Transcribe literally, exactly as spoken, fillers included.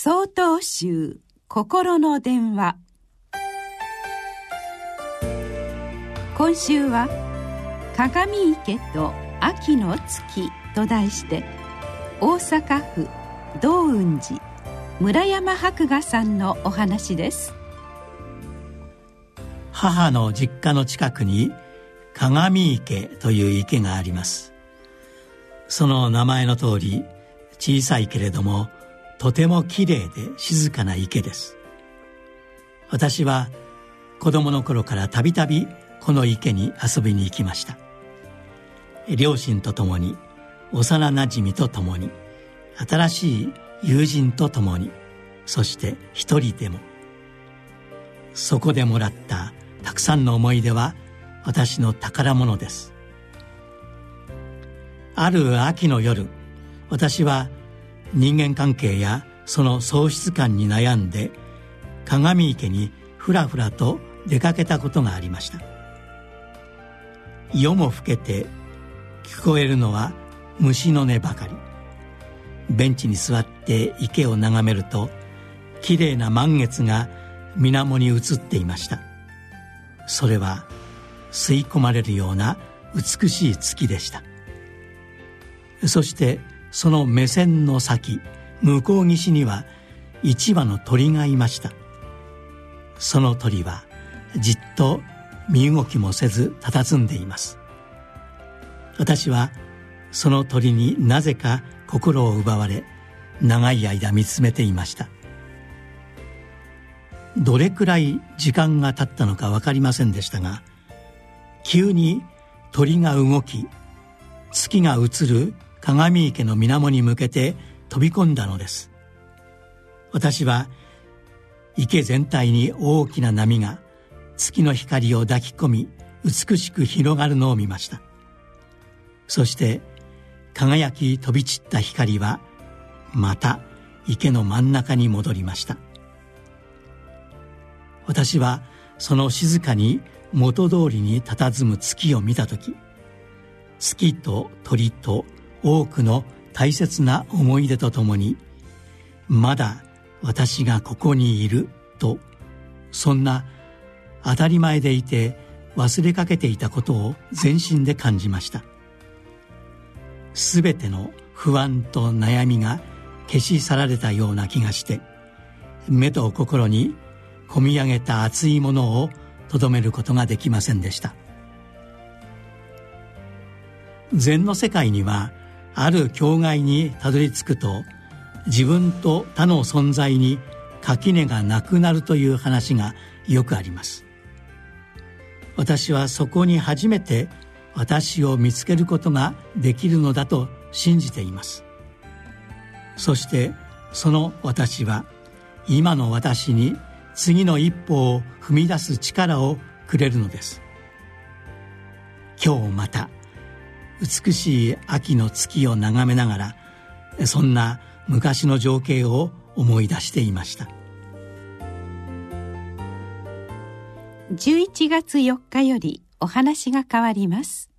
曹洞宗心の電話。今週は鏡池と秋の月と題して、大阪府道雲寺村山博雅さんのお話です。 母の実家の近くに鏡池という池があります。その名前の通り、小さいけれどもとてもきれいで静かな池です。私は子供の頃からたびたびこの池に遊びに行きました。両親と共に、幼なじみと共に、新しい友人と共に、そして一人でも。そこでもらったたくさんの思い出は私の宝物です。ある秋の夜、私は人間関係やその喪失感に悩んで鏡池にふらふらと出かけたことがありました。夜も更けて聞こえるのは虫の音ばかり。ベンチに座って池を眺めると、きれいな満月が水面に映っていました。それは吸い込まれるような美しい月でした。そしてその目線の先、向こう岸には一羽の鳥がいました。その鳥はじっと身動きもせず佇んでいます。私はその鳥になぜか心を奪われ、長い間見つめていました。どれくらい時間が経ったのか分かりませんでしたが、急に鳥が動き、月が映る鏡池の水面に向けて飛び込んだのです。私は池全体に大きな波が月の光を抱き込み、美しく広がるのを見ました。そして輝き飛び散った光はまた池の真ん中に戻りました。私はその静かに元通りに佇む月を見たとき、月と鳥と多くの大切な思い出とともに、まだ私がここにいると、そんな当たり前でいて忘れかけていたことを全身で感じました。すべての不安と悩みが消し去られたような気がして、目と心に込み上げた熱いものをとどめることができませんでした。禅の世界には、ある境界にたどり着くと、自分と他の存在に垣根がなくなるという話がよくあります。私はそこに初めて私を見つけることができるのだと信じています。そしてその私は今の私に次の一歩を踏み出す力をくれるのです。今日また美しい秋の月を眺めながら、そんな昔の情景を思い出していました。 じゅういちがつよっかよりお話が変わります。